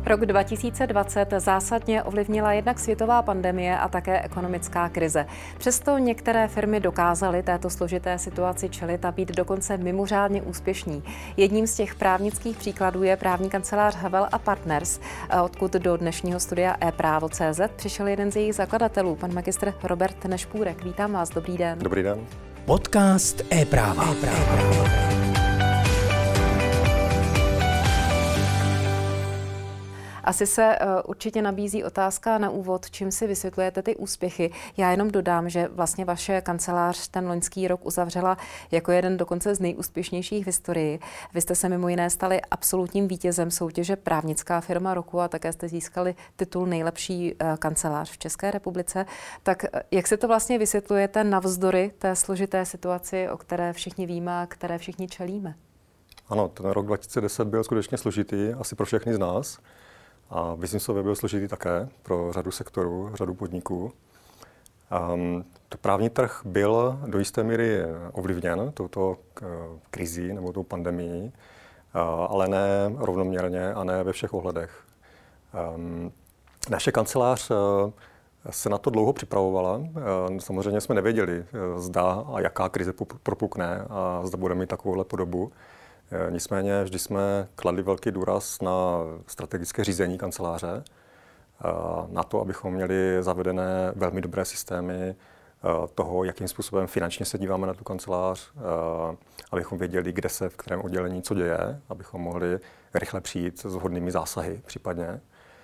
Rok 2020 zásadně ovlivnila jednak světová pandemie a také ekonomická krize. Přesto některé firmy dokázaly této složité situaci čelit a být dokonce mimořádně úspěšní. Jedním z těch právnických příkladů je právní kancelář Havel a Partners, odkud do dnešního studia ePrávo.cz přišel jeden z jejich zakladatelů, pan magistr Robert Nešpůrek. Vítám vás, dobrý den. Dobrý den. Podcast ePráva. Asi se určitě nabízí otázka na úvod, čím si vysvětlujete ty úspěchy. Já jenom dodám, že vlastně vaše kancelář ten loňský rok uzavřela jako jeden dokonce z nejúspěšnějších v historii. Vy jste se mimo jiné stali absolutním vítězem soutěže Právnická firma roku a také jste získali titul nejlepší kancelář v České republice. Tak jak si to vlastně vysvětlujete navzdory té složité situaci, o které všichni víme a které všichni čelíme? Ano, ten rok 2010 byl skutečně složitý, asi pro všechny z nás. A biznisově byl složitý také pro řadu sektorů, řadu podniků. To právní trh byl do jisté míry ovlivněn touto krizí nebo tou pandemií, ale ne rovnoměrně a ne ve všech ohledech. Naše kancelář se na to dlouho připravovala. Samozřejmě jsme nevěděli, zda a jaká krize propukne a zda bude mít takovouhle podobu. Nicméně vždy jsme kladli velký důraz na strategické řízení kanceláře, na to, abychom měli zavedené velmi dobré systémy toho, jakým způsobem finančně se díváme na tu kancelář, abychom věděli, kde se v kterém oddělení co děje, abychom mohli rychle přijít s vhodnými zásahy případně.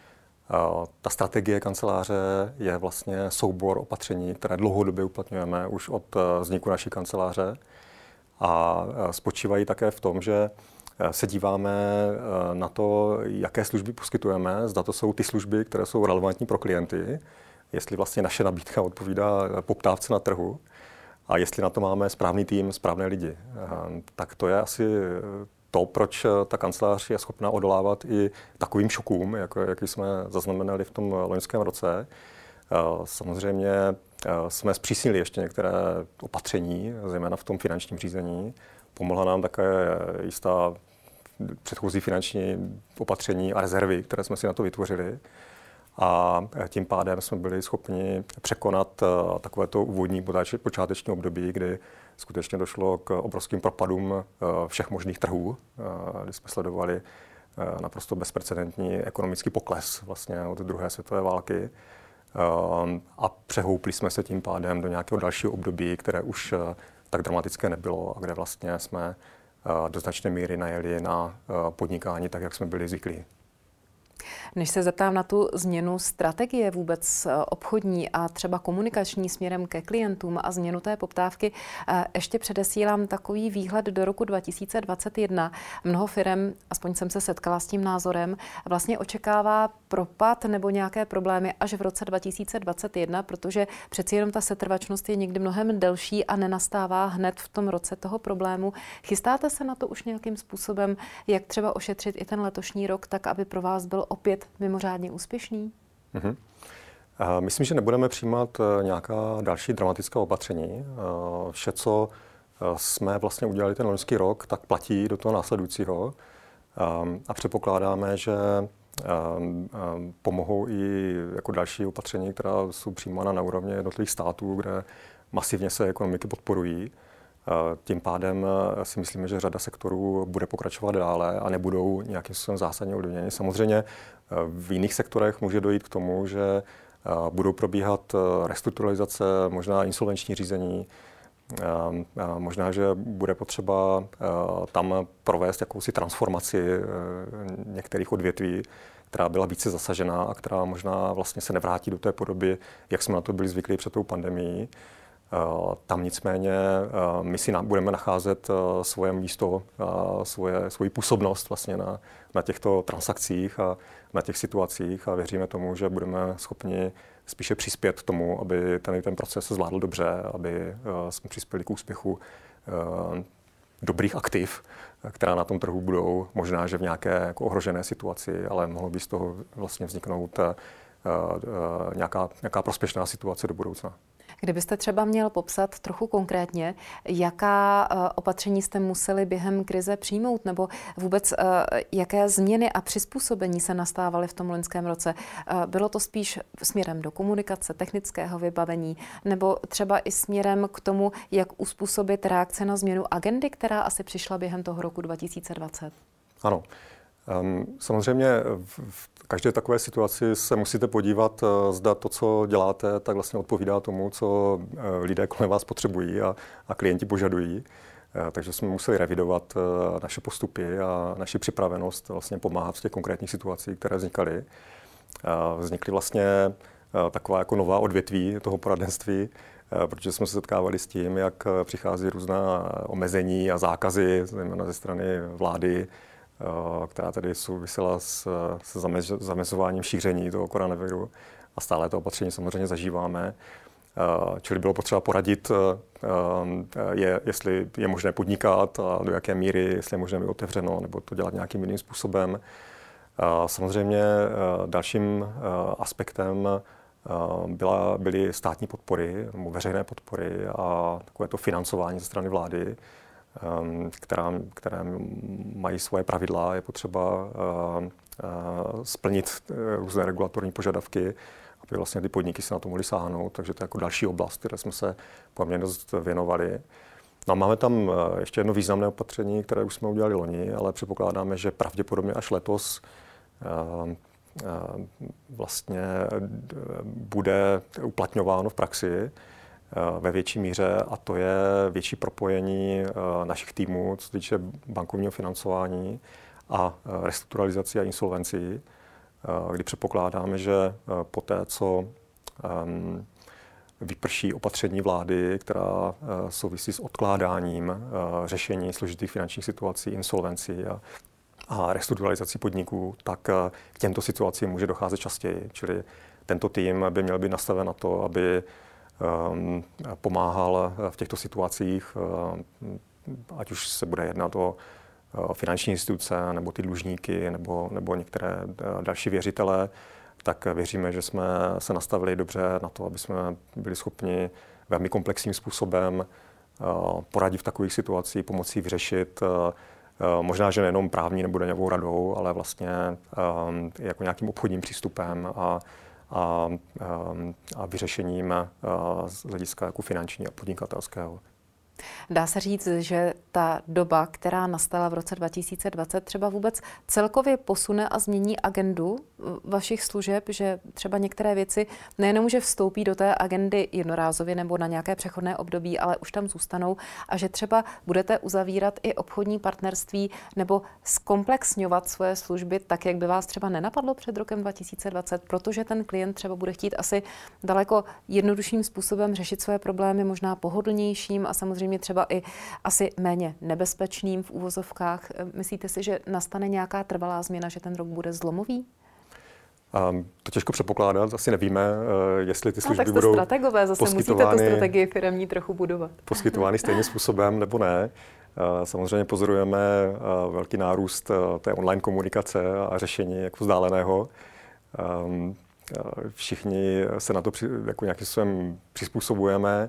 Ta strategie kanceláře je vlastně soubor opatření, které dlouhodobě uplatňujeme už od vzniku naší kanceláře. A spočívají také v tom, že se díváme na to, jaké služby poskytujeme, zda to jsou ty služby, které jsou relevantní pro klienty, jestli vlastně naše nabídka odpovídá poptávce na trhu a jestli na to máme správný tým, správné lidi. Tak to je asi to, proč ta kancelář je schopná odolávat i takovým šokům, jaký jsme zaznamenali v tom loňském roce. Samozřejmě jsme zpřísnili ještě některé opatření, zejména v tom finančním řízení. Pomohla nám také jistá předchozí finanční opatření a rezervy, které jsme si na to vytvořili. A tím pádem jsme byli schopni překonat takovéto úvodní počáteční období, kdy skutečně došlo k obrovským propadům všech možných trhů, kdy jsme sledovali naprosto bezprecedentní ekonomický pokles vlastně od druhé světové války. A přehoupli jsme se tím pádem do nějakého dalšího období, které už tak dramatické nebylo a kde vlastně jsme do značné míry najeli na podnikání tak, jak jsme byli zvyklí. Než se zeptám na tu změnu strategie vůbec obchodní a třeba komunikační směrem ke klientům a změnu té poptávky, ještě předesílám takový výhled do roku 2021. Mnoho firem, aspoň jsem se setkala s tím názorem, vlastně očekává propad nebo nějaké problémy až v roce 2021, protože přeci jenom ta setrvačnost je někdy mnohem delší a nenastává hned v tom roce toho problému. Chystáte se na to už nějakým způsobem, jak třeba ošetřit i ten letošní rok, tak aby pro vás byl opět mimořádně úspěšný? Myslím, že nebudeme přijímat nějaká další dramatická opatření. Vše, co jsme vlastně udělali ten loňský rok, tak platí do toho následujícího. A předpokládáme, že pomohou i jako další opatření, která jsou přijímána na úrovni jednotlivých států, kde masivně se ekonomiky podporují. Tím pádem si myslíme, že řada sektorů bude pokračovat dále a nebudou nějakým způsobem zásadně ovlivněny. Samozřejmě v jiných sektorech může dojít k tomu, že budou probíhat restrukturalizace, možná insolvenční řízení, možná, že bude potřeba tam provést jakousi transformaci některých odvětví, která byla více zasažená a která možná vlastně se nevrátí do té podoby, jak jsme na to byli zvyklí před tou pandemií. Tam nicméně my si budeme nacházet svoje místo, svoji působnost vlastně na těchto transakcích a na těch situacích a věříme tomu, že budeme schopni spíše přispět tomu, aby ten proces se zvládl dobře, aby jsme přispěli k úspěchu dobrých aktiv, která na tom trhu budou, možná, že v nějaké jako ohrožené situaci, ale mohlo by z toho vlastně vzniknout nějaká prospěšná situace do budoucna. Kdybyste třeba měl popsat trochu konkrétně, jaká opatření jste museli během krize přijmout, nebo vůbec jaké změny a přizpůsobení se nastávaly v tom loňském roce? Bylo to spíš směrem do komunikace, technického vybavení, nebo třeba i směrem k tomu, jak uspůsobit reakce na změnu agendy, která asi přišla během toho roku 2020? Ano. Samozřejmě v každé takové situaci se musíte podívat, zda to, co děláte, tak vlastně odpovídá tomu, co lidé kolem vás potřebují a klienti požadují. Takže jsme museli revidovat naše postupy a naši připravenost vlastně pomáhat v těch konkrétních situacích, které vznikaly. Vznikly vlastně taková jako nová odvětví toho poradenství, protože jsme se setkávali s tím, jak přichází různá omezení a zákazy, zejména ze strany vlády, která tedy souvisela se zamezováním šíření toho koronaviru. A stále to opatření samozřejmě zažíváme. Čili bylo potřeba poradit, jestli je možné podnikat a do jaké míry, jestli je možné být otevřeno, nebo to dělat nějakým jiným způsobem. Samozřejmě dalším aspektem byly státní podpory, nebo veřejné podpory a takové to financování ze strany vlády, které mají svoje pravidla, je potřeba splnit různé regulatorní požadavky, aby vlastně ty podniky se na to mohly sáhnout, takže to je jako další oblast, které jsme se poměrně dost věnovali. No a máme tam ještě jedno významné opatření, které už jsme udělali loni, ale předpokládáme, že pravděpodobně až letos vlastně bude uplatňováno v praxi ve větší míře, a to je větší propojení našich týmů, co se týče bankovního financování a restrukturalizací a insolvencí, kdy předpokládáme, že poté, co vyprší opatření vlády, která souvisí s odkládáním řešení složitých finančních situací, insolvencí a restrukturalizací podniků, tak k těmto situacím může docházet častěji. Čili tento tým by měl být nastaven na to, aby pomáhal v těchto situacích, ať už se bude jednat o finanční instituce, nebo ty dlužníky, nebo některé další věřitele, tak věříme, že jsme se nastavili dobře na to, aby jsme byli schopni velmi komplexním způsobem poradit v takových situacích, pomoci vyřešit, možná, že nejenom právní nebo daňovou radou, ale vlastně jako nějakým obchodním přístupem a vyřešením z hlediska jako finanční a podnikatelského. Dá se říct, že ta doba, která nastala v roce 2020, třeba vůbec celkově posune a změní agendu vašich služeb, že třeba některé věci nejenom, že vstoupí do té agendy jednorázově nebo na nějaké přechodné období, ale už tam zůstanou, a že třeba budete uzavírat i obchodní partnerství nebo zkomplexňovat svoje služby tak, jak by vás třeba nenapadlo před rokem 2020, protože ten klient třeba bude chtít asi daleko jednodušším způsobem řešit své problémy, možná pohodlnějším a samozřejmě třeba i asi méně nebezpečným v úvozovkách. Myslíte si, že nastane nějaká trvalá změna, že ten rok bude zlomový? To těžko předpokládat, asi nevíme, jestli ty služby tak jste budou strategové, zase musíte tu strategii firemní trochu budovat. Poskytovány stejným způsobem nebo ne. Samozřejmě pozorujeme velký nárůst té online komunikace a řešení jako vzdáleného. Všichni se na to jako nějakým způsobem přizpůsobujeme.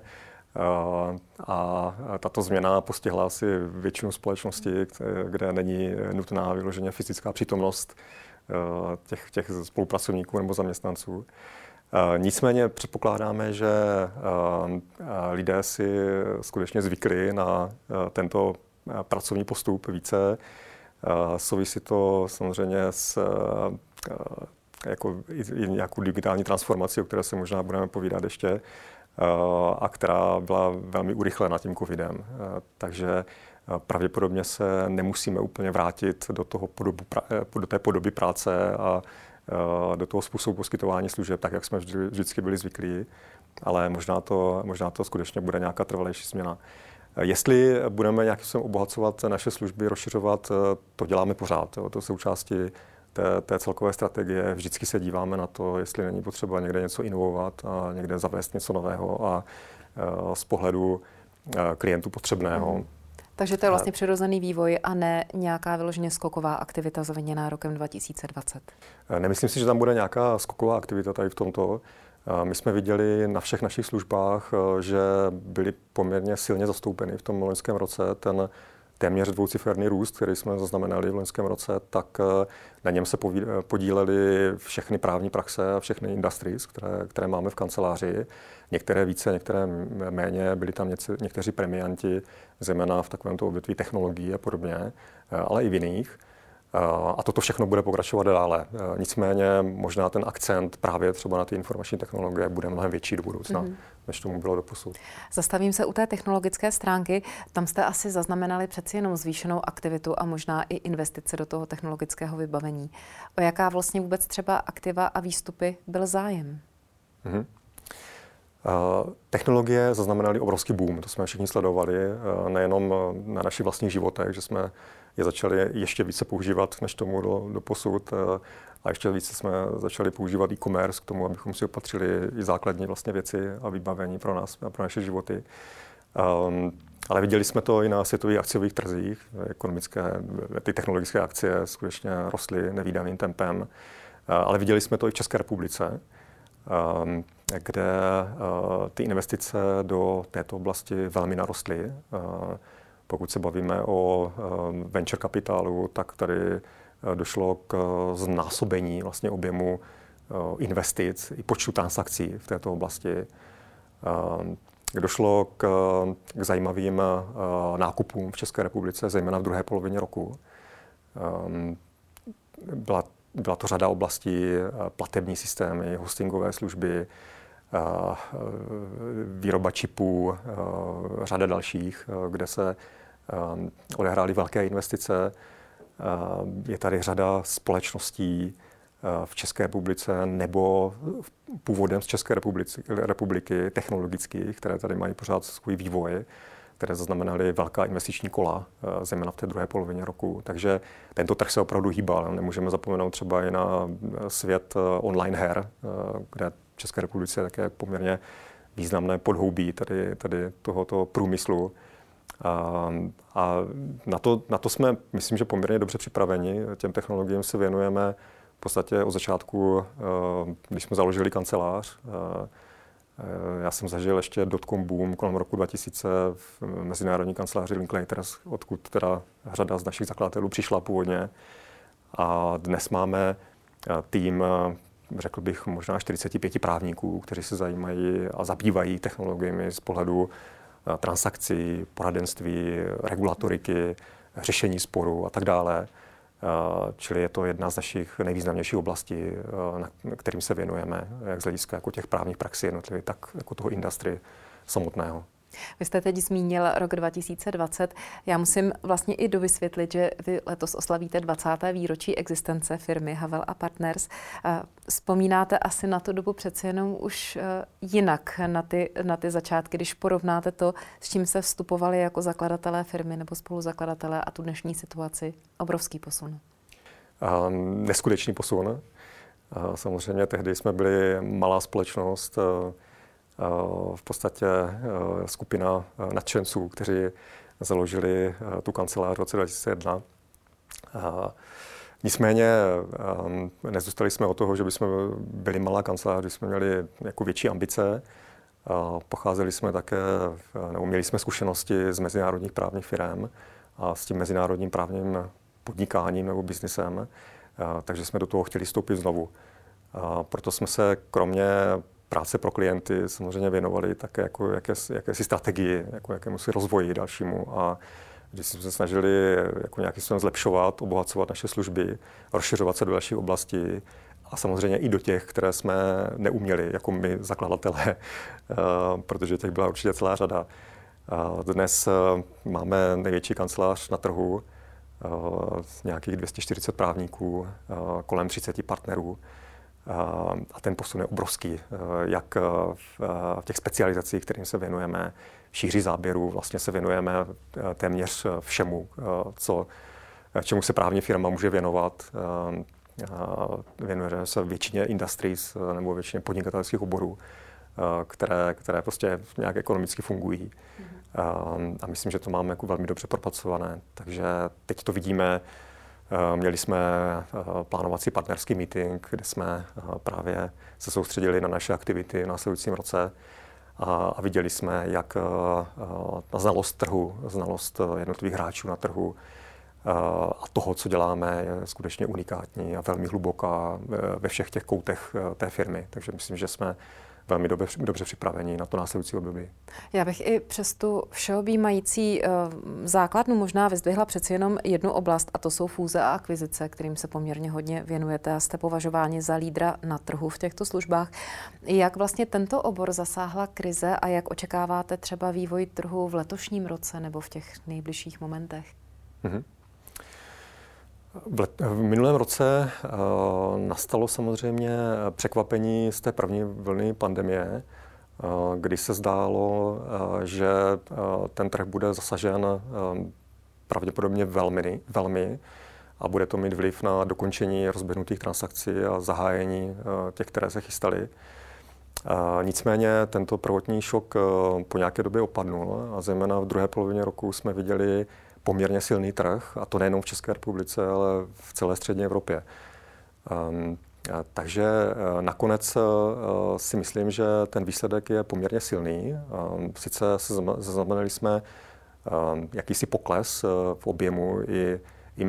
A tato změna postihla asi většinu společnosti, kde není nutná vyloženě fyzická přítomnost těch spolupracovníků nebo zaměstnanců. Nicméně předpokládáme, že lidé si skutečně zvykli na tento pracovní postup více. Souvisí to samozřejmě s jako i nějakou digitální transformací, o které se možná budeme povídat ještě, a která byla velmi urychlena tím covidem. Takže pravděpodobně se nemusíme úplně vrátit do té podoby práce a do toho způsobu poskytování služeb, tak jak jsme vždycky byli zvyklí, ale možná to skutečně bude nějaká trvalejší změna. Jestli budeme nějakým způsobem obohacovat naše služby, rozšiřovat, to děláme pořád. To součástí té celkové strategie. Vždycky se díváme na to, jestli není potřeba někde něco inovovat a někde zavést něco nového a z pohledu klientů potřebného. Takže to je vlastně přirozený vývoj a ne nějaká vyloženě skoková aktivita zaviněná rokem 2020. Nemyslím si, že tam bude nějaká skoková aktivita tady v tomto. My jsme viděli na všech našich službách, že byly poměrně silně zastoupeny v tom loňském roce. Ten téměř dvouciferný růst, který jsme zaznamenali v loňském roce, tak na něm se podílely všechny právní praxe a všechny industries, které máme v kanceláři. Některé více, některé méně, byli tam někteří premianti, zejména v takovémto odvětví technologií a podobně, ale i v jiných. A toto všechno bude pokračovat dále. Nicméně možná ten akcent právě třeba na ty informační technologie bude mnohem větší do budoucna, než tomu bylo doposud. Zastavím se u té technologické stránky. Tam jste asi zaznamenali přeci jenom zvýšenou aktivitu a možná i investice do toho technologického vybavení. O jaká vlastně vůbec třeba aktiva a výstupy byl zájem? Technologie zaznamenaly obrovský boom, to jsme všichni sledovali, nejenom na našich vlastních životech, že jsme je začali ještě více používat, než tomu do posud. A ještě více jsme začali používat e-commerce k tomu, abychom si opatřili i základní vlastně věci a vybavení pro nás a pro naše životy. Ale viděli jsme to i na světových akciových trzích. Ty technologické akcie skutečně rostly nevídaným tempem. Ale viděli jsme to i v České republice, kde ty investice do této oblasti velmi narostly. Pokud se bavíme o venture kapitálu, tak tady došlo k znásobení vlastně objemu investic i počtu transakcí v této oblasti. Došlo k zajímavým nákupům v České republice, zejména v druhé polovině roku. Byla to řada oblastí, platební systémy, hostingové služby, výroba čipů, řada dalších, kde se odehrály velké investice. Je tady řada společností v České republice nebo původem z České republiky technologických, které tady mají pořád svůj vývoj, které zaznamenaly velká investiční kola, zejména v té druhé polovině roku. Takže tento trh se opravdu hýbal. Nemůžeme zapomenout třeba i na svět online her, kde v České republice je také poměrně významné podhoubí tady tohoto průmyslu. A na to jsme, myslím, že poměrně dobře připraveni. Těm technologiím se věnujeme v podstatě od začátku, když jsme založili kancelář. Já jsem zažil ještě dotcom boom kolem roku 2000 v mezinárodní kanceláři Linklaters, odkud teda řada z našich zakladatelů přišla původně. A dnes máme tým, řekl bych, možná 45 právníků, kteří se zajímají a zabývají technologiemi z pohledu transakcí, poradenství, regulatoriky, řešení sporů a tak dále. Čili je to jedna z našich nejvýznamnějších oblastí, kterým se věnujeme, jak z hlediska jako těch právních praxí jednotlivých, tak jako toho industry samotného. Vy jste teď zmínil rok 2020. Já musím vlastně i dovysvětlit, že vy letos oslavíte 20. výročí existence firmy Havel a Partners. Vzpomínáte asi na tu dobu přece jenom už jinak na ty začátky, když porovnáte to, s čím se vstupovali jako zakladatelé firmy nebo spoluzakladatelé a tu dnešní situaci. Obrovský posun. Neskutečný posun. Samozřejmě tehdy jsme byli malá společnost, v podstatě skupina nadšenců, kteří založili tu kancelář v roce 2001. Nicméně nezůstali jsme od toho, že bychom byli malá kancelář, že jsme měli jako větší ambice. Pocházeli jsme také, nebo měli jsme zkušenosti z mezinárodních právních firm a s tím mezinárodním právním podnikáním nebo biznisem, takže jsme do toho chtěli vstoupit znovu. Proto jsme se kromě práce pro klienty samozřejmě věnovali také jako jakési strategii, jako jakémusi rozvoji dalšímu. A když jsme se snažili jako nějakým způsobem zlepšovat, obohacovat naše služby, rozšiřovat se do dalších oblastí a samozřejmě i do těch, které jsme neuměli, jako my zakladatelé, protože těch byla určitě celá řada. Dnes máme největší kancelář na trhu, nějakých 240 právníků, kolem 30 partnerů. A ten posun je obrovský, jak v těch specializacích, kterým se věnujeme, šíři záběru, vlastně se věnujeme téměř všemu, čemu se právní firma může věnovat. Věnujeme se většině industries nebo většině podnikatelských oborů, které prostě nějak ekonomicky fungují. A myslím, že to máme jako velmi dobře propracované. Takže teď to vidíme Měli jsme plánovací partnerský meeting, kde jsme právě se soustředili na naše aktivity v následujícím roce a viděli jsme, jak ta znalost trhu, znalost jednotlivých hráčů na trhu a toho, co děláme, je skutečně unikátní a velmi hluboká ve všech těch koutech té firmy. Takže myslím, že jsme velmi dobře připraveni na to následující období. Já bych i přes tu všeobjímající základnu možná vyzdvihla přeci jenom jednu oblast, a to jsou fúze a akvizice, kterým se poměrně hodně věnujete a jste považováni za lídra na trhu v těchto službách. Jak vlastně tento obor zasáhla krize a jak očekáváte třeba vývoj trhu v letošním roce nebo v těch nejbližších momentech? Mm-hmm. V minulém roce nastalo samozřejmě překvapení z té první vlny pandemie, kdy se zdálo, že ten trh bude zasažen pravděpodobně velmi a bude to mít vliv na dokončení rozběhnutých transakcí a zahájení těch, které se chystaly. Nicméně tento prvotní šok po nějaké době opadnul a zejména v druhé polovině roku jsme viděli poměrně silný trh, a to nejenom v České republice, ale v celé střední Evropě. Takže nakonec si myslím, že ten výsledek je poměrně silný. Sice zaznamenali jsme jakýsi pokles v objemu i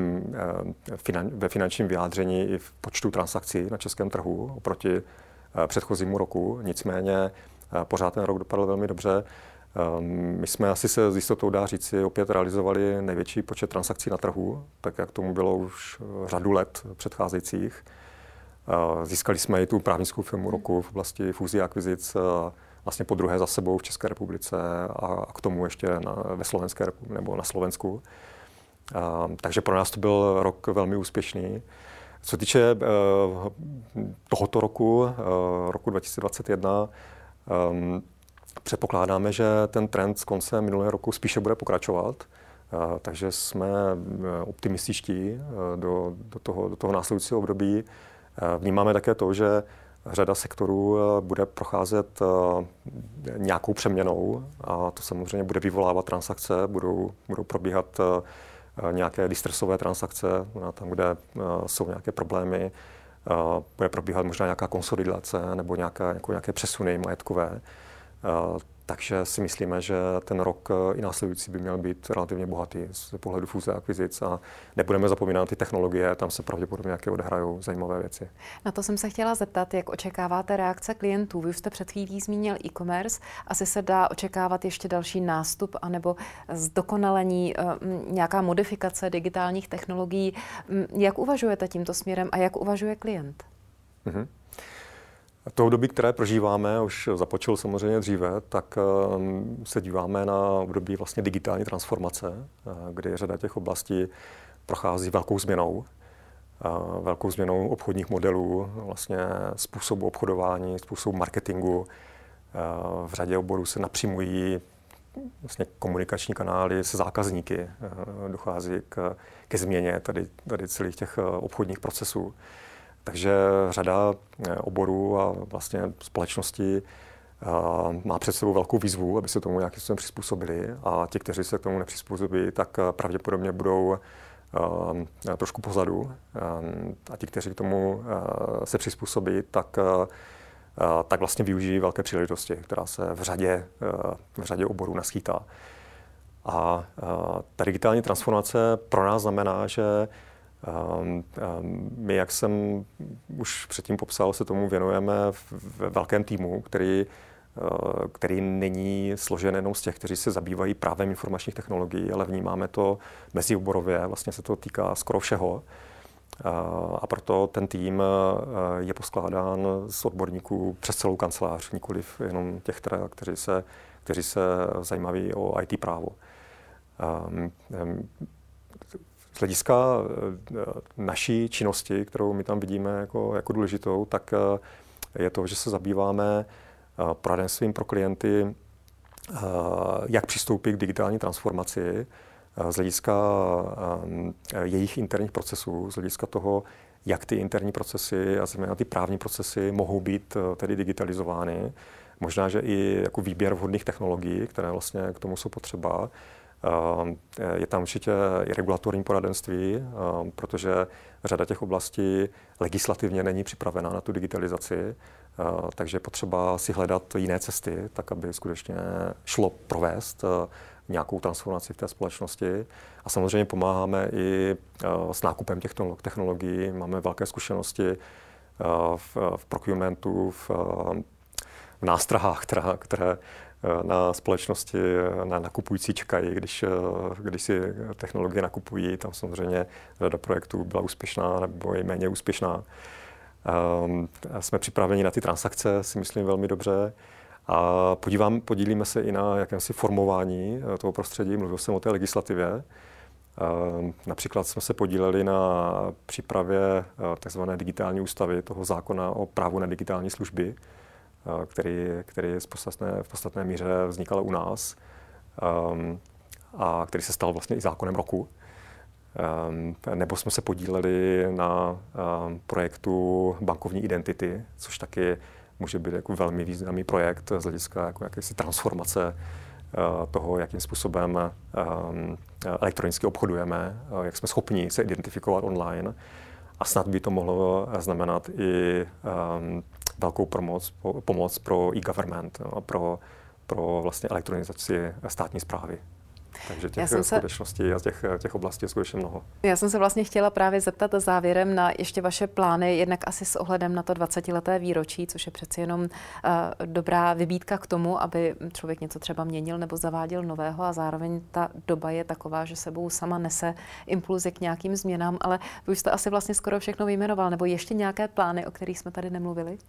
ve finančním vyjádření i v počtu transakcí na českém trhu oproti předchozímu roku. Nicméně pořád ten rok dopadl velmi dobře. My jsme asi se s jistotou dá říci opět realizovali největší počet transakcí na trhu, tak jak tomu bylo už řadu let předcházejících. Získali jsme i tu právnickou firmu roku v oblasti fúzí a akvizic vlastně po druhé za sebou v České republice a k tomu ještě ve Slovenské republice nebo na Slovensku. Takže pro nás to byl rok velmi úspěšný. Co se týče tohoto roku 2021, předpokládáme, že ten trend z konce minulého roku spíše bude pokračovat, takže jsme optimističtí do toho následujícího období. Vnímáme také to, že řada sektorů bude procházet nějakou přeměnou a to samozřejmě bude vyvolávat transakce, budou probíhat nějaké distresové transakce, tam, kde jsou nějaké problémy, bude probíhat možná nějaká konsolidace nebo nějaké přesuny majetkové. Takže si myslíme, že ten rok i následující by měl být relativně bohatý z pohledu fúze a akvizic a nebudeme zapomínat ty technologie, tam se pravděpodobně nějaké odehrajou zajímavé věci. Na to jsem se chtěla zeptat, jak očekáváte reakce klientů. Vy už jste před chvílí zmínil e-commerce, asi se dá očekávat ještě další nástup anebo zdokonalení, nějaká modifikace digitálních technologií. Jak uvažujete tímto směrem a jak uvažuje klient? Mm-hmm. To období, které prožíváme, už započalo samozřejmě dříve, tak se díváme na období vlastně digitální transformace, kdy řada těch oblastí prochází velkou změnou obchodních modelů, vlastně způsobu obchodování, způsobu marketingu. V řadě oborů se napřímují vlastně komunikační kanály se zákazníky, dochází ke změně tady celých těch obchodních procesů. Takže řada oborů a vlastně společností má před sebou velkou výzvu, aby se tomu nějakým způsobem přizpůsobili a ti, kteří se k tomu nepřizpůsobí, tak pravděpodobně budou trošku pozadu a ti, kteří k tomu se přizpůsobí, tak vlastně využijí velké příležitosti, která se v řadě oborů naskýtá. A ta digitální transformace pro nás znamená, že my, jak jsem už předtím popsal, se tomu věnujeme ve velkém týmu, který není složen jenom z těch, kteří se zabývají právem informačních technologií, ale vnímáme to mezioborově, vlastně se to týká skoro všeho. A proto ten tým je poskládán z odborníků přes celou kancelář, nikoliv jenom těch, kteří se zajímaví o IT právo. Z hlediska naší činnosti, kterou my tam vidíme jako důležitou, tak je to, že se zabýváme poradenstvím pro klienty, jak přistoupit k digitální transformaci z hlediska jejich interních procesů, z hlediska toho, jak ty interní procesy a zejména ty právní procesy mohou být tedy digitalizovány. Možná, že i jako výběr vhodných technologií, které vlastně k tomu jsou potřeba. Je tam určitě i regulatorní poradenství, protože řada těch oblastí legislativně není připravená na tu digitalizaci, takže je potřeba si hledat jiné cesty, tak aby skutečně šlo provést nějakou transformaci v té společnosti. A samozřejmě pomáháme i s nákupem těch technologií. Máme velké zkušenosti v procurementu, v nástrahách, které na společnosti, na nakupující čekají, když si technologie nakupují. Tam samozřejmě řada projektů byla úspěšná nebo i méně úspěšná. Jsme připraveni na ty transakce, si myslím, velmi dobře. A podílíme se i na jakémsi formování toho prostředí. Mluvil jsem o té legislativě. Například jsme se podíleli na přípravě tzv. Digitální ústavy, toho zákona o právu na digitální služby, který v podstatné míře vznikal u nás a který se stal vlastně i zákonem roku. Nebo jsme se podíleli na projektu bankovní identity, což taky může být jako velmi významný projekt z hlediska jako jakési transformace toho, jakým způsobem elektronicky obchodujeme, jak jsme schopni se identifikovat online. A snad by to mohlo znamenat i velkou pomoc pro e-government, pro vlastně elektronizaci státní správy. Takže těch skutečností a těch oblastí je skutečně mnoho. Já jsem se vlastně chtěla právě zeptat závěrem na ještě vaše plány, jednak asi s ohledem na to 20leté výročí, což je přeci jenom dobrá vybídka k tomu, aby člověk něco třeba měnil nebo zaváděl nového a zároveň ta doba je taková, že sebou sama nese impulzy k nějakým změnám, ale vy už jste asi vlastně skoro všechno vyjmenoval, nebo ještě nějaké plány, o kterých jsme tady nemluvili?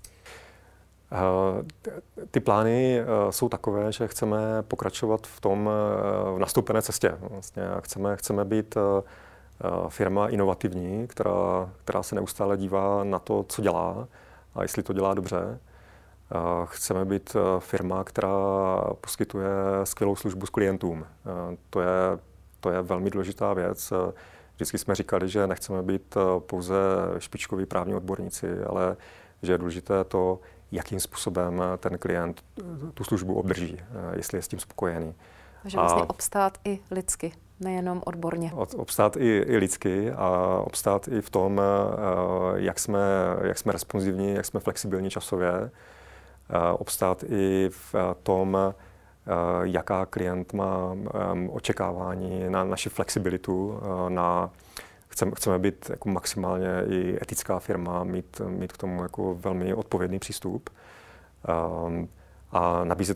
Ty plány jsou takové, že chceme pokračovat v tom v nastoupené cestě. Vlastně chceme být firma inovativní, která se neustále dívá na to, co dělá a jestli to dělá dobře. Chceme být firma, která poskytuje skvělou službu s klientům. To je velmi důležitá věc. Vždycky jsme říkali, že nechceme být pouze špičkoví právní odborníci, ale že je důležité to, jakým způsobem ten klient tu službu obdrží, jestli je s tím spokojený. Takže vlastně obstát i lidsky, nejenom odborně. Obstát i lidsky a obstát i v tom, jak jsme responsivní, jak jsme flexibilní časově. Obstát i v tom, jaká klient má očekávání na naši flexibilitu, Chceme být jako maximálně i etická firma, mít k tomu jako velmi odpovědný přístup a nabízet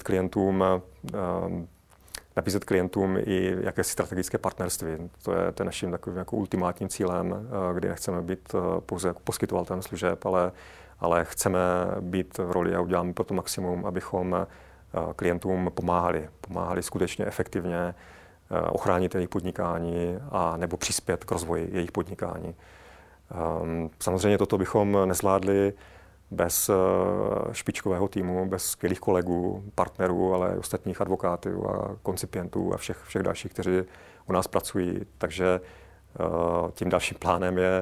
klientům i jakési strategické partnerství. To je naším takovým jako ultimátním cílem, kdy nechceme být pouze jako poskytovatelem služeb, ale chceme být v roli a uděláme pro to maximum, abychom klientům pomáhali skutečně efektivně ochránit jejich podnikání a nebo přispět k rozvoji jejich podnikání. Samozřejmě toto bychom nezvládli bez špičkového týmu, bez skvělých kolegů, partnerů, ale i ostatních advokátů a koncipientů a všech dalších, kteří u nás pracují. Takže tím dalším plánem je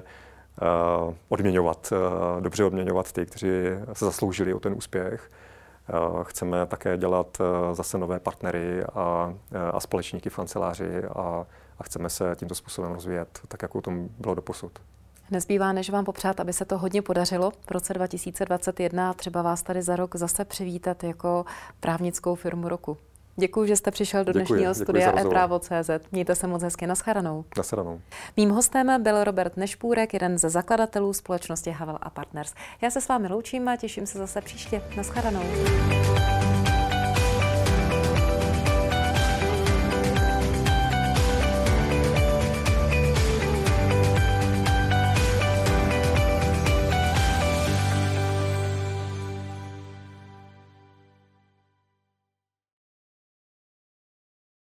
dobře odměňovat ty, kteří se zasloužili o ten úspěch. Chceme také dělat zase nové partnery a společníky v kanceláři a chceme se tímto způsobem rozvíjet, tak jako to bylo doposud. Nezbývá, než vám popřát, aby se to hodně podařilo v roce 2021 a třeba vás tady za rok zase přivítat jako právnickou firmu roku. Děkuji, že jste přišel do dnešního studia ePrávo.cz. Mějte se moc hezky, nashledanou. Nashledanou. Mým hostem byl Robert Nešpůrek, jeden ze zakladatelů společnosti Havel a Partners. Já se s vámi loučím a těším se zase příště. Nashledanou.